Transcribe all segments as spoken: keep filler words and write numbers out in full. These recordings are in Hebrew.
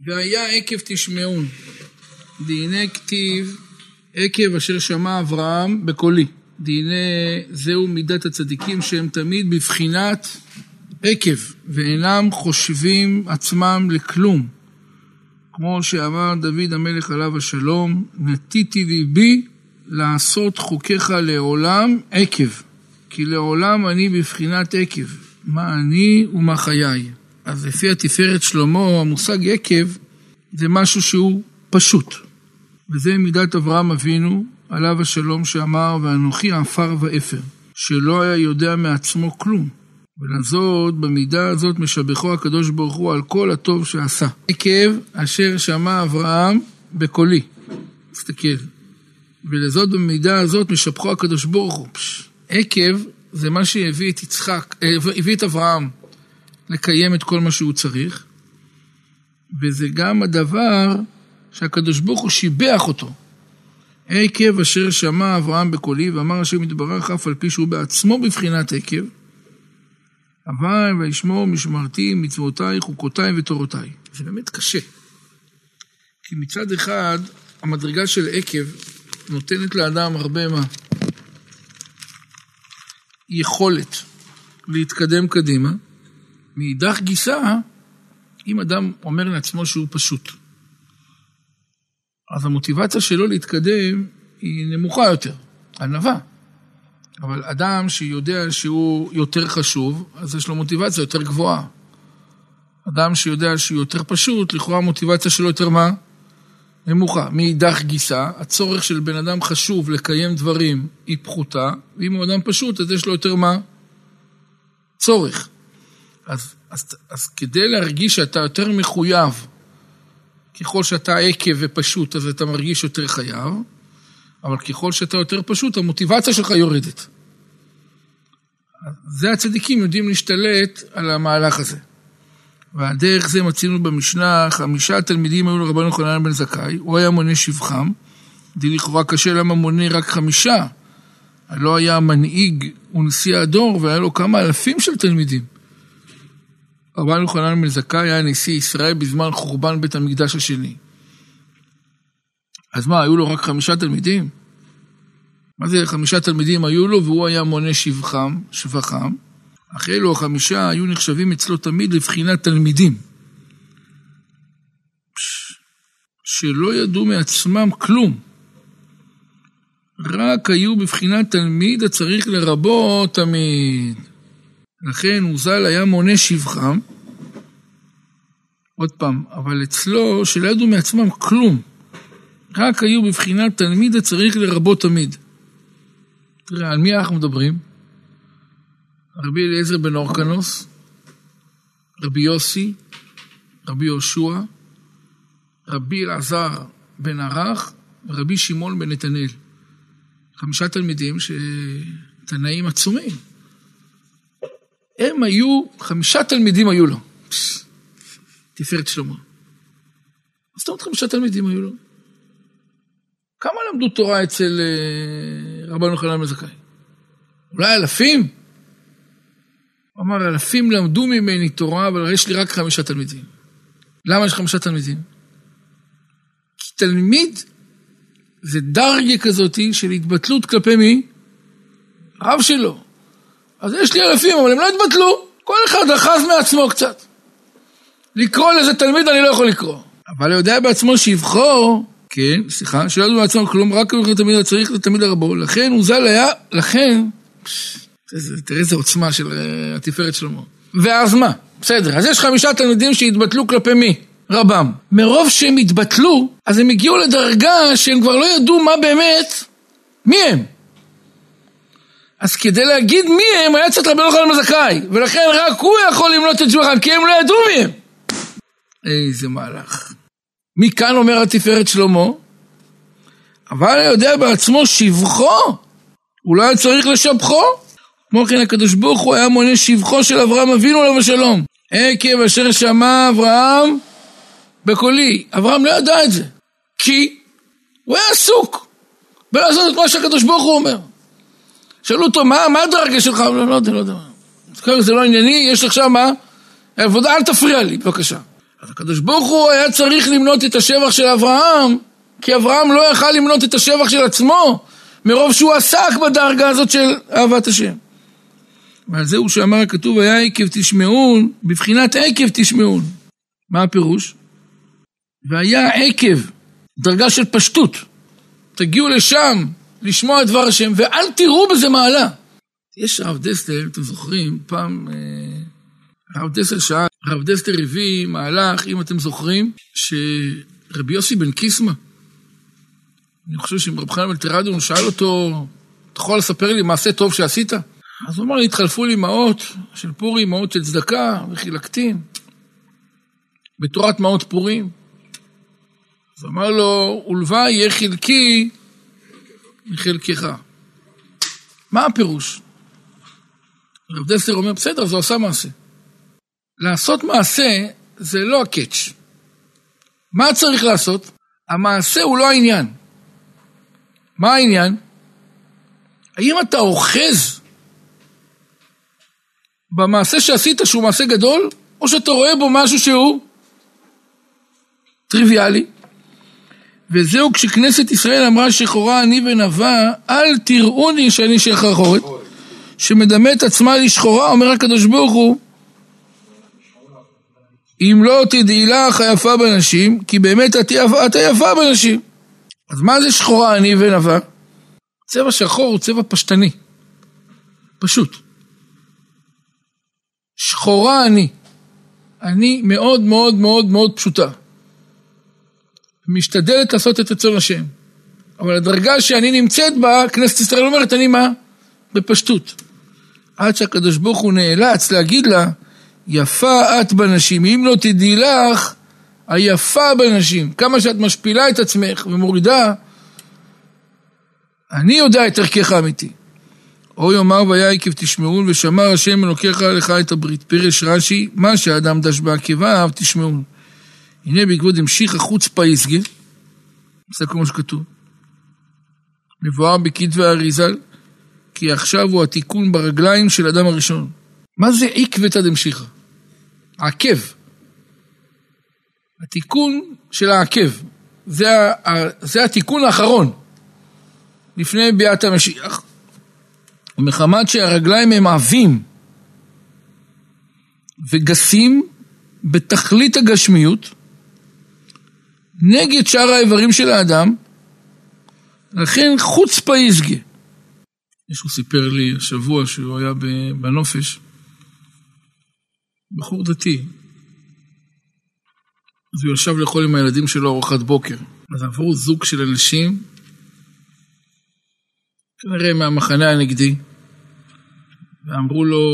והיה עקב תשמעון, דהנה כתיב עקב אשר שמע אברהם בקולי. דהנה זהו מידת הצדיקים שהם תמיד בבחינת עקב, ואינם חושבים עצמם לכלום. כמו שאמר דוד המלך עליו השלום, נתיתי ליבי לעשות חוקיך לעולם עקב, כי לעולם אני בבחינת עקב, מה אני ומה חיי. אז לפי התפארת שלמה, המושג עקב זה משהו שהוא פשוט. וזה מידת אברהם אבינו, עליו השלום שאמר, ואנוכי עפר ואפר, שלא היה יודע מעצמו כלום. ולזאת, במידה הזאת משבחו הקדוש ברוך הוא על כל הטוב שעשה. עקב אשר שמע אברהם בקולי. תסתכל. ולזאת במידה הזאת משבחו הקדוש ברוך הוא. פש. עקב זה מה שהביא את יצחק, הביא את אברהם לקיים את כל מה שהוא צריך. וזה גם הדבר שהקדוש ברוך הוא שיבח אותו. עקב אשר שמע אברהם בקולי, ואמר השם יתברך אף על פי שהוא בעצמו בבחינת עקב, אבל וישמור משמרתי מצוותיי חוקותיי ותורותיי. זה באמת קשה. כי מצד אחד המדרגה של עקב נותנת לאדם הרבה מה? יכולת להתקדם קדימה. מאידך גיסא, אם אדם אומר לעצמו שהוא פשוט, אז המוטיבציה שלו להתקדם היא נמוכה יותר, ענווה. אבל אדם שיודע שהוא יותר חשוב, אז יש לו מוטיבציה יותר גבוהה. אדם שיודע שהוא יותר פשוט, לכאורה המוטיבציה שלו יותר מה? נמוכה. מאידך גיסא, הצורך של בן אדם חשוב לקיים דברים היא פחותה, ואם הוא אדם פשוט, אז יש לו יותר מה? צורך. אז, אז, אז כדי להרגיש שאתה יותר מחויב, ככל שאתה עקב ופשוט, אז אתה מרגיש יותר חייב, אבל ככל שאתה יותר פשוט, המוטיבציה שלך יורדת. זה הצדיקים יודעים להשתלט על המהלך הזה. והדרך זה מצינו במשנה, חמישה תלמידים היו לרבנו יוחנן בן זכאי, הוא היה מונה שבחם, די לכאורה קשה למה מונה רק חמישה, לא היה מנהיג ונשיא הדור, והיה לו כמה אלפים של תלמידים. רבנו יוחנן בן זכאי היה נשיא ישראל בזמן חורבן בית המקדש השני. אז מה, היו לו רק חמישה תלמידים? מה זה חמישה תלמידים היו לו, והוא היה מונה שבחם, שבחם. אחרי לו החמישה היו נחשבים אצלו תמיד לבחינת תלמידים. שלא ידעו מעצמם כלום. רק היו בבחינת תלמיד הצריך לרבות תמיד. לכן הוא ז"ל היה מונה שבחם. עוד פעם, אבל אצלו שלא ידעו מעצמם כלום. רק היו בבחינת תלמיד הצריך לרבות תמיד. תראה, על מי אנחנו מדברים? רבי אליעזר בן אורקנוס, רבי יוסי, רבי יהושע, רבי אלעזר בן ערך, ורבי שמעון בן נתנאל. חמישה תלמידים שתנאים עצומים. הם היו, חמישה תלמידים היו לו. תפארת שלמה. אז זאת אומרת חמישה תלמידים היו לו. כמה למדו תורה אצל רבנו יוחנן בן זכאי? אולי אלפים? הוא אמר, אלפים למדו ממני תורה, אבל יש לי רק חמישה תלמידים. למה יש חמישה תלמידים? כי תלמיד זה דרגה כזאת של התבטלות כלפי מי? הרב שלו. אז יש לי אלפים, אבל הם לא התבטלו. כל אחד אחז מעצמו קצת. לקרוא לזה תלמיד אני לא יכול לקרוא. אבל הוא יודע בעצמו שיבחור, כן, סליחה, שלא ידעו בעצמו כלום, רק תלמיד צריך לתלמיד הרבו. לכן הוא ז"ל היה, לכן, תראה איזה עוצמה של התפארת שלמה. ואז מה? בסדר, אז יש חמישה תלמידים שהתבטלו כלפי מי? רבם. מרוב שהם התבטלו, אז הם הגיעו לדרגה שהם כבר לא ידעו מה באמת, מי הם. אז כדי להגיד מי הם, היה צריך רבנו יוחנן בן זכאי, ולכן רק הוא יכול למנות את שבחם, כי הם לא ידעו מי הם. איזה מהלך. מכאן אומר התפארת שלמה, אבל יודע בעצמו שבחו, אולי צריך לשבחו. כמו כן הקדוש ברוך הוא היה מונה שבחו של אברהם אבינו עליו השלום. עקב אשר שמע אברהם בקולי. אברהם לא ידע את זה, כי הוא היה עסוק בלעשות את מה שהקדוש ברוך הוא אומר. שאלו אותו, מה, מה הדרגה שלך? לא, לא יודע, לא יודע. זה לא ענייני, יש לך שם מה? עבודה, אל תפריע לי, בבקשה. אז הקדוש ברוך הוא היה צריך למנות את השבח של אברהם, כי אברהם לא יכל למנות את השבח של עצמו, מרוב שהוא עסק בדרגה הזאת של אהבת השם. ועל זה הוא שאמר הכתוב, היה עקב תשמעון, בבחינת עקב תשמעון. מה הפירוש? והיה עקב, דרגה של פשטות. תגיעו לשם, לשמוע את דבר השם, ואל תראו בזה מעלה. יש הרב דסלר, אתם זוכרים, פעם הרב דסלר שאל, הרב דסלר הביא מהלך, אם אתם זוכרים, שרבי יוסי בן קיסמה, אני חושב שרב חנן בן תרדיון שאל אותו, אתה יכול לספר לי מעשה טוב שעשית? אז הוא אמר לי, התחלפו לי מעות של פורים, מעות של צדקה וחילקתים, בתורת מעות פורים. אז אמר לו, ולווה יהיה חלקי מחלקך. מה הפירוש? רב דסלר אומר, בסדר, זה עושה מעשה. לעשות מעשה זה לא הקאץ'. מה צריך לעשות? המעשה הוא לא העניין. מה העניין? האם אתה אוחז במעשה שעשית שהוא מעשה גדול, או שאתה רואה בו משהו שהוא טריוויאלי? וזהו כשכנסת ישראל אמרה שחורה אני ונבא, אל תראוני שאני שחרחורת, שמדמה את עצמה לשחורה, אומר הקדוש ברוך הוא, אם לא תדעי לך היפה בנשים, כי באמת אתה יפה, אתה יפה בנשים. אז מה זה שחורה אני ונבא? צבע שחור הוא צבע פשטני, פשוט. שחורה אני, אני מאוד מאוד מאוד מאוד פשוטה. משתדלת לעשות את רצון השם. אבל הדרגה שאני נמצאת בה, כנסת ישראל אומרת, אני מה? בפשטות. עד שהקדוש ברוך הוא נאלץ להגיד לה, יפה את בנשים, אם לא תדעי לך, היפה בנשים. כמה שאת משפילה את עצמך ומורידה, אני יודע את ערכך אמיתי. או יאמר והיה עקב תשמעון, ושמר השם אלוקיך לך את הברית. פירש רש"י, מה שהאדם דש בעקביו תשמעון. הנה בעקבות המשיך החוצפה יסגה, זה כמו שכתוב. מבואר בכתבי האריז"ל, כי עכשיו הוא התיקון ברגליים של אדם הראשון. מה זה עקבתא דמשיחא? העקב. התיקון של העקב. זה, זה התיקון האחרון. לפני ביאת המשיח. ומחמת שהרגליים הם עבים וגסים בתכלית הגשמיות, נגד שאר האיברים של האדם, לכן חוצפה יסגה. מישהו סיפר לי השבוע שהוא היה בנופש, בחור דתי, אז הוא ישב לאכול עם הילדים שלו ארוחת בוקר, אז עברו זוג של אנשים, כנראה מהמחנה הנגדי, ואמרו לו,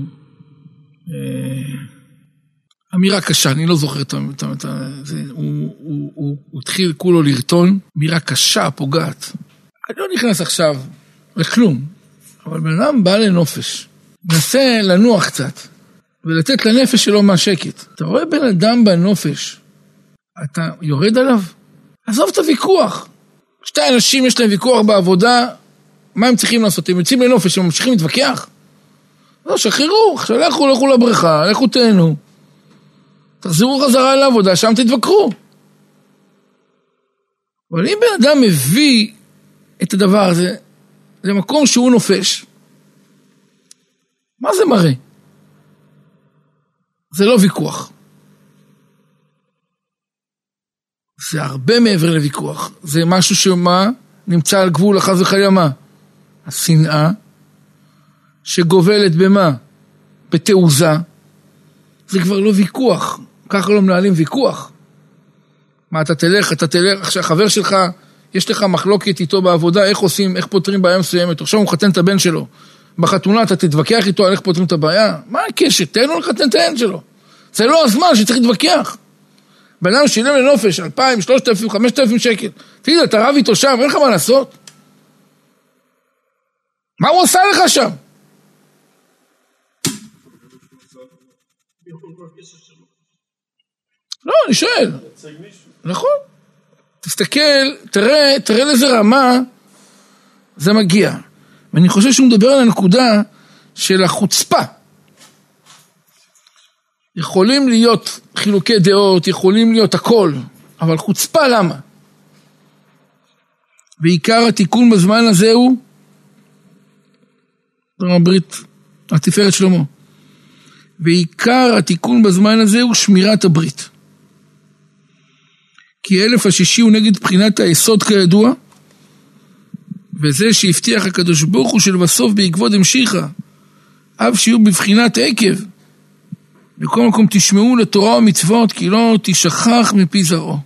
אה, אמירה קשה, אני לא זוכר את זה, הוא התחיל כולו לרטון, אמירה קשה, פוגעת. אני לא נכנס עכשיו לכלום, אבל בן אדם בא לנופש, מנסה לנוח קצת, ולתת לנפש שלו מהשקט. אתה רואה בן אדם בנופש, אתה יורד עליו? עזוב את הוויכוח. שתי אנשים יש להם ויכוח בעבודה, מה הם צריכים לעשות? הם יוצאים לנופש, הם ממשיכים להתווכח? לא, שחררו, עכשיו לכו, לכו לבריכה, לכו תהנו. תחזרו חזרה לעבודה, שם תתווכחו. אבל אם בן אדם מביא את הדבר הזה למקום שהוא נופש, מה זה מראה? זה לא ויכוח. זה הרבה מעבר לוויכוח. זה משהו שמה נמצא על גבול אחז וחלילה מה? השנאה שגובלת במה? בתעוזה. זה כבר לא ויכוח. ככה לא מנהלים ויכוח. מה אתה תלך? אתה תלך, עכשיו חבר שלך, יש לך מחלוקת איתו בעבודה, איך עושים, איך פותרים בעיה מסוימת. עכשיו הוא מחתן את הבן שלו. בחתונה אתה תתווכח איתו על איך פותרים את הבעיה. מה הקשר? תן לו לחתן את הבן שלו. זה לא הזמן שצריך להתווכח. בן אדם שילם לנופש, אלפיים, שלושת אלפים, חמשת אלפים שקל. תגיד, אתה רב איתו שם, אין לך מה לעשות? מה הוא עושה לך שם? לא, אני שואל. נכון. תסתכל, תראה, תראה לאיזה רמה זה מגיע. ואני חושב שהוא מדבר על הנקודה של החוצפה. יכולים להיות חילוקי דעות, יכולים להיות הכל, אבל חוצפה למה? ועיקר התיקון בזמן הזה הוא הברית, התפארת שלמה. ועיקר התיקון בזמן הזה הוא שמירת הברית. כי אלף השישי הוא נגד בחינת היסוד כידוע, וזה שהבטיח הקדוש ברוך הוא שלבסוף בעקבות המשיכה, אף שיהיו בבחינת עקב, בכל מקום תשמעו לתורה ומצוות, כי לא תשכח מפי זרעו.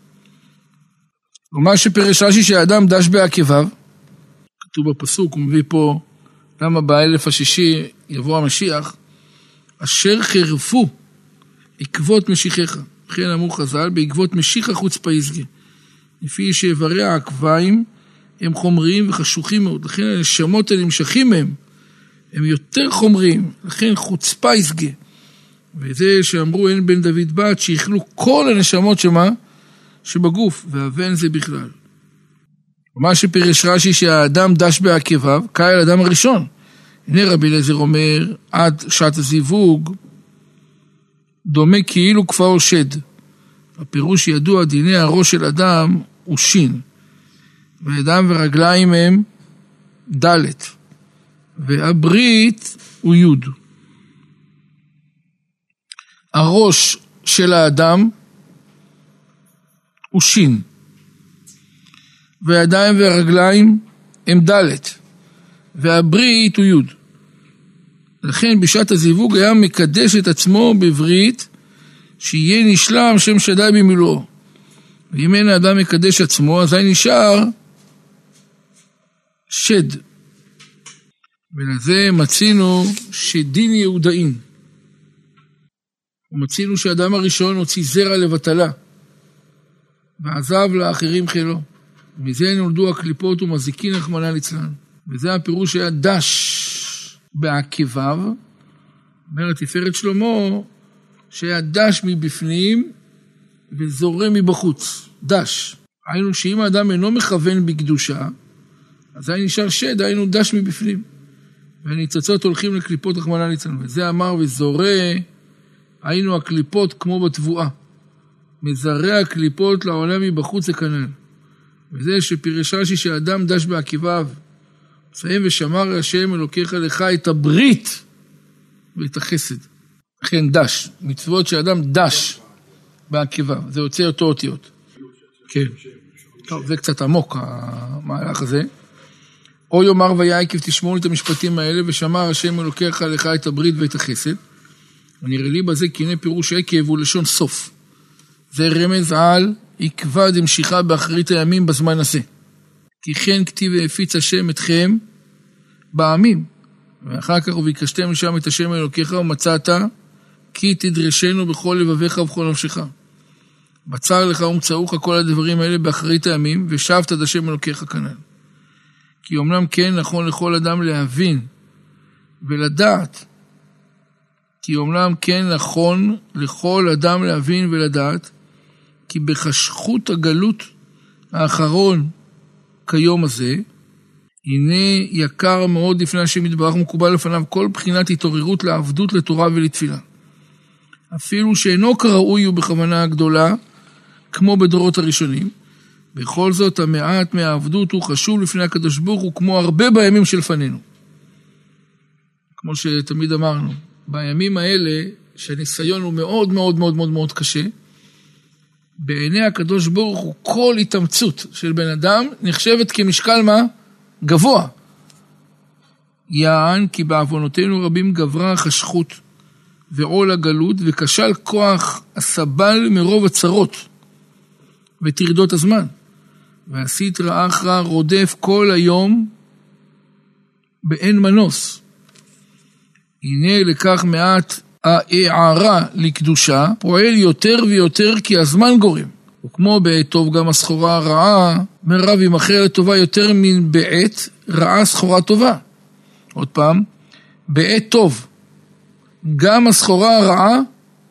ומה שפרש רש"י שהאדם דש בעקביו, כתוב בפסוק, הוא מביא פה, למה באלף השישי יבוא המשיח, אשר חרפו עקבות משיחך. לכן אמרו חז"ל, בעקבות משיחה חוצפה יסגה. לפי שאיברי העקביים הם חומריים וחשוכים מאוד, לכן הנשמות הנמשכים מהם, הם יותר חומריים, לכן חוצפה יסגה. וזה שאמרו אין בן דוד בת, שיכלו כל הנשמות שמה? שבגוף, והבן זה בכלל. ומה שפרש רש"י שהאדם דש בעקביו, קהל האדם הראשון. הנה רבי אליעזר אומר, עד שעת הזיווג, דומה כאילו כפאו שד. הפירוש ידוע, דיני הראש של אדם הוא שין. והידיים ורגליים הם דלת. והברית הוא יוד. הראש של האדם הוא שין. והידיים והרגליים הם דלת. והברית הוא יוד. לכן בשעת הזיווג היה מקדש את עצמו בברית שיהיה נשלם שם שדי במילואו. ואם אין האדם מקדש עצמו, אז היה נשאר שד. ולזה מצינו שדין יהודאים. ומצינו שהאדם הראשון הוציא זרע לבטלה, ועזב לאחרים חילו. מזה נולדו הקליפות ומזיקין רחמנא ליצלן. וזה הפירוש שהיה דש בעקביו, אומר התפארת שלמה, שהיה דש מבפנים וזורם מבחוץ. דש. היינו שאם האדם אינו מכוון בקדושה, אז היה נשאר שד, היינו דש מבפנים. והניצוצות הולכים לקליפות רחמנא ליצלן. וזה אמר וזורע, היינו הקליפות כמו בתבואה. מזרע הקליפות לעולם מבחוץ לכנן. וזה שפירש רש"י שהאדם דש בעקביו, מסיים ושמר השם אלוקיך לך את הברית ואת החסד. לכן דש, מצוות שאדם דש בעקביו, זה יוצא אותו אותיות. כן. טוב, זה קצת עמוק המהלך הזה. או יאמר ויעקב תשמעו את המשפטים האלה, ושמר השם אלוקיך לך את הברית ואת החסד. ונראה לי בזה כי הנה פירוש עקב הוא לשון סוף. זה רמז על עקבה דמשיכה באחרית הימים בזמן הזה. כי כן כתיב והפיץ השם אתכם בעמים. ואחר כך וביקשתם משם את השם אלוקיך ומצאת כי תדרשנו בכל לבביך ובכל נפשך. בצר לך ומצאוך כל הדברים האלה באחרית הימים ושבת עד השם אלוקיך כנ"ל. כי אומנם כן נכון לכל אדם להבין ולדעת. כי אומנם כן נכון לכל אדם להבין ולדעת. כי בחשכות הגלות האחרון כיום הזה, הנה יקר מאוד לפני השם יתברך מקובל לפניו כל בחינת התעוררות לעבדות לתורה ולתפילה. אפילו שאינו כראוי ובכוונה גדולה, כמו בדורות הראשונים, בכל זאת המעט מהעבדות הוא חשוב לפני הקדוש ברוך הוא כמו הרבה בימים שלפנינו. כמו שתמיד אמרנו, בימים האלה שהניסיון הוא מאוד מאוד מאוד מאוד מאוד קשה, בעיני הקדוש ברוך הוא כל התאמצות של בן אדם נחשבת כמשקל מה? גבוה. יען כי בעוונותינו רבים גברה החשכות ועול הגלות וכשל כוח הסבל מרוב הצרות ותרדות הזמן. ועשית רעך רודף כל היום באין מנוס. הנה לקח מעט הערה לקדושה פועל יותר ויותר כי הזמן גורם. וכמו בעת טוב גם הסחורה הרעה מרב ימכר לטובה יותר מן בעת רעה סחורה טובה. עוד פעם, בעת טוב גם הסחורה הרעה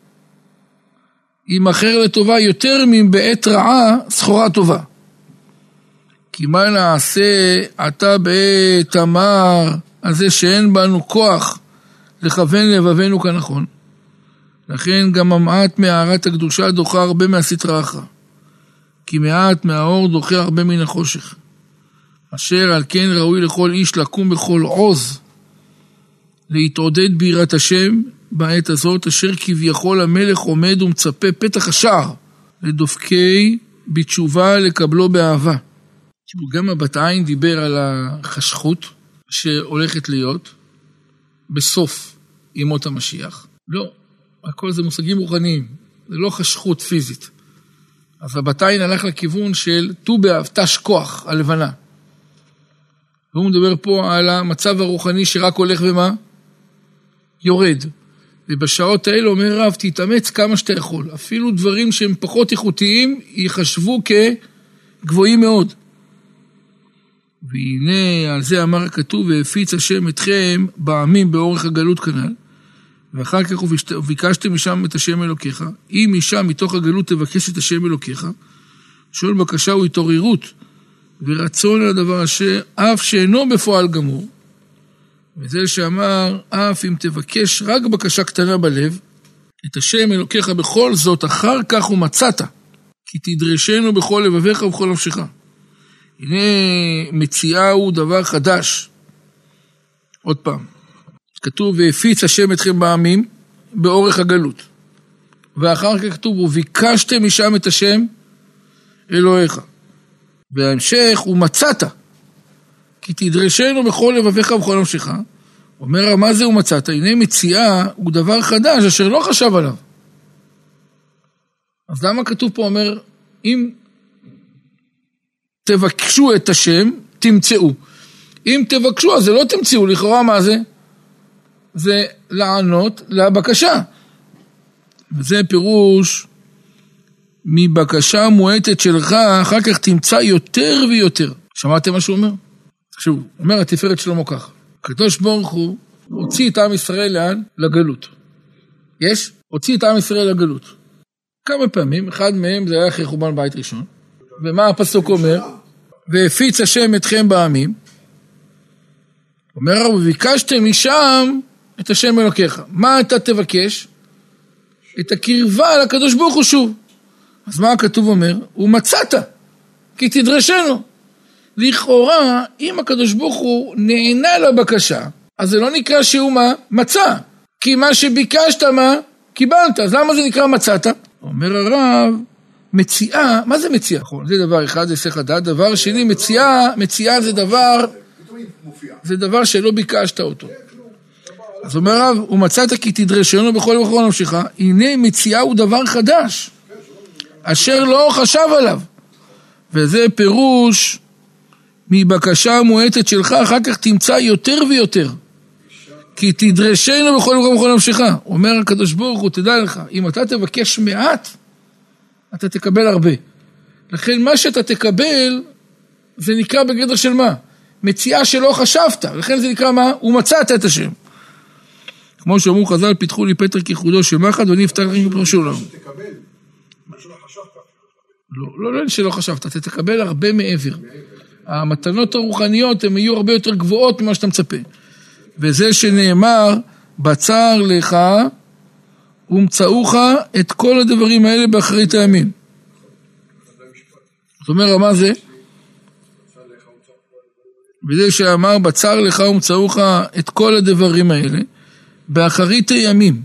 ימכר לטובה יותר מן בעת רעה סחורה טובה. כי מה נעשה אתה בעת אמר הזה שאין בנו כוח לכוון לבבינו כנכון. לכן גם המעט מהארת הקדושה דוחה הרבה מהסטרא אחרא. כי מעט מהאור דוחה הרבה מן החושך. אשר על כן ראוי לכל איש לקום בכל עוז, להתעודד ביראת השם בעת הזאת, אשר כביכול המלך עומד ומצפה פתח השער, לדופקי בתשובה לקבלו באהבה. גם הבת עין דיבר על החשכות שהולכת להיות בסוף ימות המשיח. לא, הכל זה מושגים רוחניים, זה לא חשכות פיזית. אז הבת עין הלך לכיוון של ט"ו באב, תש כוח, הלבנה. והוא מדבר פה על המצב הרוחני שרק הולך ומה? יורד. ובשעות האלה אומר רב, תתאמץ כמה שאתה יכול. אפילו דברים שהם פחות איכותיים, ייחשבו כגבוהים מאוד. והנה על זה אמר הכתוב, והפיץ השם אתכם בעמים באורך הגלות כנ"ל. ואחר כך וביקשתם משם את השם אלוקיך. אם משם מתוך הגלות תבקש את השם אלוקיך, שואל בקשה הוא התעוררות, ורצון על הדבר אשר אף שאינו בפועל גמור. וזה שאמר, אף אם תבקש רק בקשה קטנה בלב, את השם אלוקיך בכל זאת, אחר כך ומצאת, כי תדרשנו בכל לבביך ובכל נפשך. הנה מציאה הוא דבר חדש. עוד פעם. כתוב, והפיץ השם אתכם בעמים, באורך הגלות. ואחר כך כתוב, וביקשתם משם את השם אלוהיך. וההמשך, ומצאת, כי תדרשנו בכל לבביך ובכל נפשך. אומר, מה זה ומצאת? הנה מציאה הוא דבר חדש, אשר לא חשב עליו. אז למה כתוב פה, אומר, אם תבקשו את השם, תמצאו. אם תבקשו, אז זה לא תמצאו, לכאורה מה זה? זה לענות לבקשה. וזה פירוש מבקשה מועטת שלך, אחר כך תמצא יותר ויותר. שמעתם מה שהוא אומר? עכשיו, אומר התפארת שלמה ככה. הקדוש ברוך הוא הוציא את עם ישראל לאן? לגלות. יש? הוציא את עם ישראל לגלות. כמה פעמים, אחד מהם זה היה אחרי חורבן בית ראשון. ומה הפסוק אומר? והפיץ השם אתכם בעמים. אומר הרב, וביקשתם משם את השם אלוקיך. מה אתה תבקש? את הקרבה לקדוש ברוך הוא שוב. אז מה הכתוב אומר? ומצאת, כי תדרשנו. לכאורה, אם הקדוש ברוך הוא נענה לבקשה, אז זה לא נקרא שהוא מה? מצא. כי מה שביקשת מה? קיבלת. אז למה זה נקרא מצאת? אומר הרב, מציאה, מה זה מציאה? זה דבר אחד, זה סך הדעת. דבר שני, מציאה, מציאה זה דבר, זה דבר שלא ביקשת אותו. אז אומר הרב, ומצאת כי תדרשנו בכל ובכל נפשך, הנה מציאה הוא דבר חדש, אשר לא חשב עליו. וזה פירוש מבקשה מועטת שלך, אחר כך תמצא יותר ויותר. כי תדרשנו בכל ובכל נפשך. אומר הקדוש ברוך הוא, תדע לך, אם אתה תבקש מעט, אתה תקבל הרבה. לכן מה שאתה תקבל, זה נקרא בגדר של מה? מציאה שלא חשבת. לכן זה נקרא מה? ומצאת את השם. כמו שאמרו חז"ל, פיתחו לי פתר כיחודו שמחד, ואני אפתח לכם פרשו לנו. לא, לא, לא שלא חשבת, אתה תקבל הרבה מעבר. המתנות הרוחניות הן יהיו הרבה יותר גבוהות ממה שאתה מצפה. וזה שנאמר, בצר לך ומצאוך את כל הדברים האלה באחרית הימים. זאת אומרת, מה זה? וזה שאמר, בצר לך ומצאוך את כל הדברים האלה, באחרית הימים,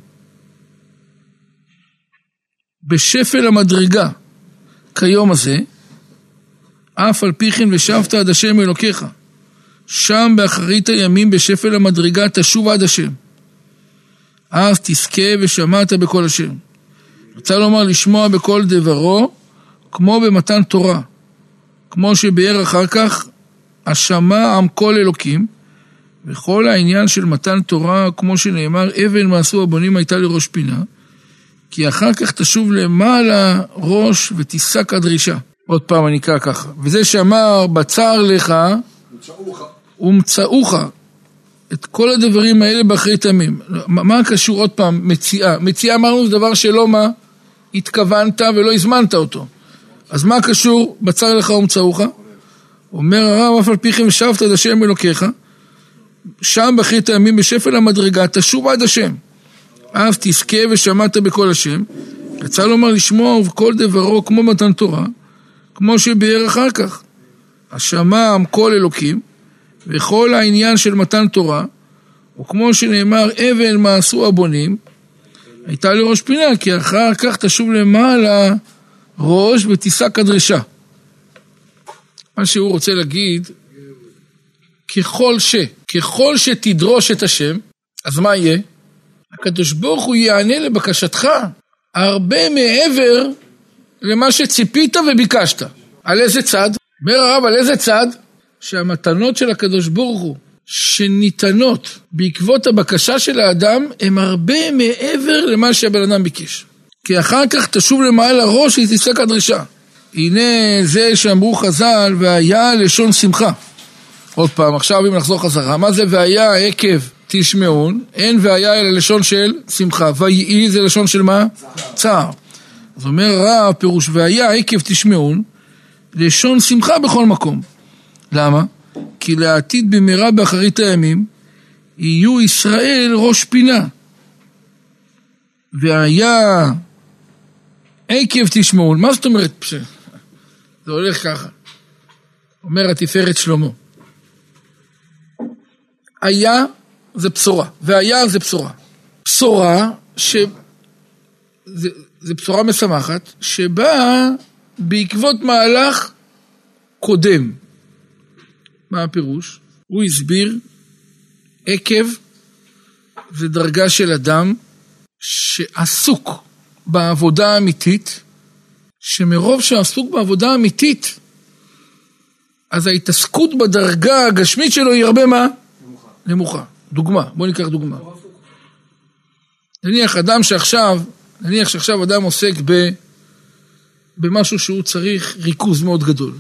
בשפל המדרגה, כיום הזה, אף על פי כן ושבת עד השם אלוקיך, שם באחרית הימים בשפל המדרגה תשוב עד השם, אז תזכה ושמעת בכל השם. רוצה לומר לשמוע בכל דברו, כמו במתן תורה, כמו שביאר אחר כך, השמע עם כל אלוקים, וכל העניין של מתן תורה, כמו שנאמר, אבן מעשו הבונים הייתה לראש פינה, כי אחר כך תשוב למעלה ראש ותיסק הדרישה. עוד פעם אני אקרא ככה. וזה שאמר, בצר לך, ומצאוך את כל הדברים האלה באחרית הימים. מה קשור עוד פעם? מציאה. מציאה אמרנו זה דבר שלא מה? התכוונת ולא הזמנת אותו. אז מה קשור? בצר לך ומצאוך? אומר הרב, אף על פי כן ושבת עד השם אלוקיך, שם באחרית הימים בשפל המדרגה תשוב עד השם. אף תזכה ושמעת בכל השם. רצה לומר לשמוע ובכל דברו כמו מתן תורה, כמו שביאר אחר כך. השמם כל אלוקים, וכל העניין של מתן תורה, וכמו שנאמר אבן מעשו הבונים, הייתה לראש פינה, כי אחר כך תשוב למעלה ראש ותישא כדרשה. מה שהוא רוצה להגיד, ככל ש, ככל שתדרוש את השם, אז מה יהיה? הקדוש ברוך הוא יענה לבקשתך הרבה מעבר למה שציפית וביקשת. על איזה צד? אומר הרב, על איזה צד? שהמתנות של הקדוש ברוך הוא שניתנות בעקבות הבקשה של האדם הם הרבה מעבר למה שהבן אדם ביקש. כי אחר כך תשוב למעל הראש ותישא כדרשה. הנה זה שאמרו חז"ל והיה לשון שמחה. עוד פעם, עכשיו אם נחזור חזרה, מה זה והיה עקב תשמעון? אין והיה אלא לשון של שמחה. ויהי זה לשון של מה? צער. אז אומר הרב פירוש והיה עקב תשמעון לשון שמחה בכל מקום. למה? כי לעתיד במהרה באחרית הימים יהיו ישראל ראש פינה. והיה עקב תשמעון. מה זאת אומרת? זה הולך ככה. אומר התפארת שלמה. היה זה בשורה, והיה זה בשורה. בשורה ש... זה, זה בשורה משמחת, שבאה בעקבות מהלך קודם. מה הפירוש? הוא הסביר, עקב זה דרגה של אדם שעסוק בעבודה האמיתית, שמרוב שעסוק בעבודה האמיתית, אז ההתעסקות בדרגה הגשמית שלו היא הרבה מה? נמוכה. נמוכה. דוגמה, בוא ניקח דוגמה. נניח אדם שעכשיו, נניח שעכשיו אדם עוסק ב, במשהו שהוא צריך ריכוז מאוד גדול.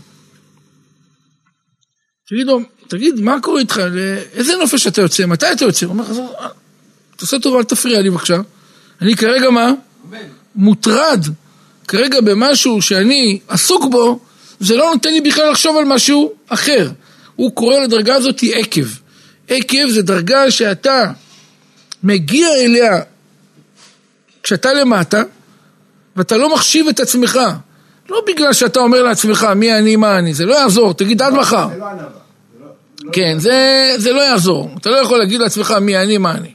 תגיד לו, תגיד, מה קורה איתך? איזה נופש אתה יוצא? מתי אתה יוצא? הוא אומר, תעשה טוב, אל תפריע לי בבקשה. אני כרגע מה? מוטרד. כרגע במשהו שאני עסוק בו, זה לא נותן לי בכלל לחשוב על משהו אחר. הוא קורא לדרגה הזאת עקב. עקב זה דרגה שאתה מגיע אליה כשאתה למטה, ואתה לא מחשיב את עצמך. לא בגלל שאתה אומר לעצמך מי אני, מה אני. זה לא יעזור, תגיד עד מחר. זה לא ענבה. כן, זה, זה לא יעזור. אתה לא יכול להגיד לעצמך מי אני, מה אני.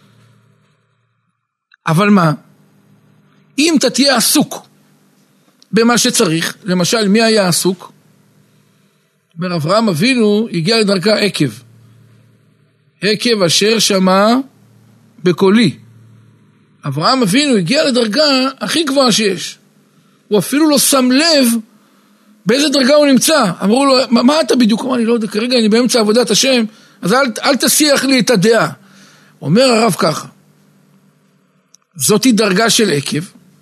אבל מה? אם אתה תהיה עסוק במה שצריך, למשל מי היה עסוק? אומר אברהם אבינו הגיע לדרכה עקב. עקב אשר שמע בקולי. אברהם אבינו הגיע לדרגה הכי גבוהה שיש. הוא אפילו לא שם לב באיזה דרגה הוא נמצא. אמרו לו, מה, מה אתה בדיוק? הוא אמר, אני לא יודע, כרגע אני באמצע עבודת השם, אז אל, אל תסיח לי את הדעה. אומר הרב ככה, זאת היא דרגה של עקב,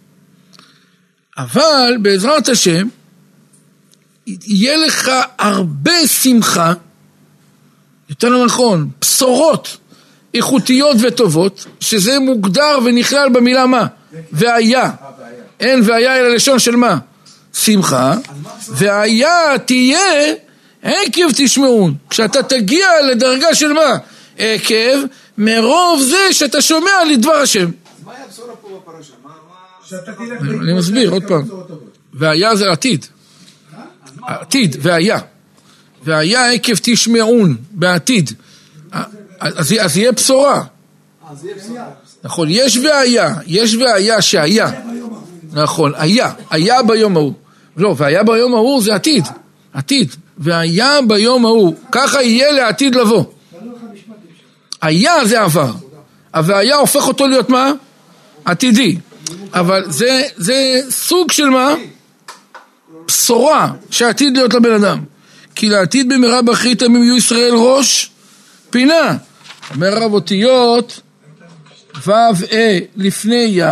אבל בעזרת השם, יהיה לך הרבה שמחה, יותר נכון, בשורות איכותיות וטובות, שזה מוגדר ונכלל במילה מה? והיה. אין והיה אלא לשון של מה? שמחה. והיה תהיה עקב תשמעון. כשאתה תגיע לדרגה של מה? עקב, מרוב זה שאתה שומע לדבר השם. מה היה בשורה פה בפרשה? אני מסביר עוד פעם. והיה זה עתיד. עתיד, והיה. והיה עקב תשמעון, בעתיד. אז, אז יהיה בשורה. נכון, יש והיה, יש והיה שהיה. נכון, היה, היה ביום ההוא. לא, והיה ביום ההוא זה עתיד. עתיד. והיה ביום ההוא. ככה יהיה לעתיד לבוא. היה זה עבר. והיה הופך אותו להיות מה? עתידי. אבל זה, זה סוג של מה? בשורה שעתיד להיות לבן אדם. כי לעתיד במהרה באחרית הימים יהיו ישראל ראש פינה. אומר רב אותיות ו' אה לפני יא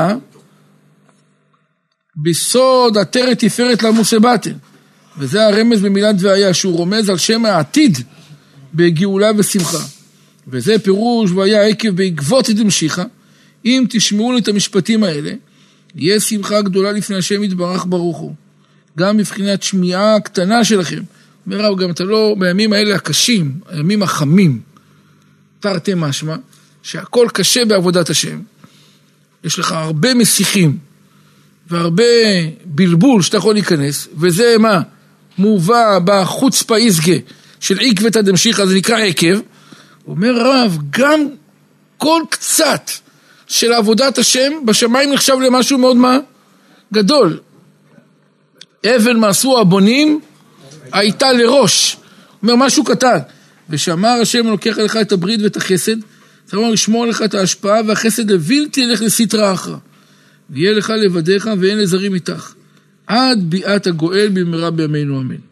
בסוד עטרת תפארת לעמוס בטן. וזה הרמז במילת והיה, שהוא רומז על שם העתיד בגאולה ושמחה. וזה פירוש והיה עקב בעקבות דמשיחא. אם תשמעו את המשפטים האלה, יהיה שמחה גדולה לפני השם יתברך ברוך הוא. גם מבחינת שמיעה הקטנה שלכם. אומר רב, גם אתה לא, בימים האלה הקשים, הימים החמים, תרתי משמע, שהכל קשה בעבודת השם. יש לך הרבה מסיחים, והרבה בלבול שאתה יכול להיכנס, וזה מה? מובא בחוצפה איסגה של עקבתא דמשיחא, זה נקרא עקב. אומר רב, גם כל קצת של עבודת השם בשמיים נחשב למשהו מאוד מה? גדול. אבן מעשו הבונים הייתה לראש. אומר משהו קטן. ושאמר השם לוקח לך את הברית ואת החסד, צריך לומר לשמור לך את ההשפעה והחסד לבלתי ילך לסטרא אחרא. ויהיה לך לבדיך ואין לזרים איתך. עד ביאת הגואל במהרה בימינו אמן.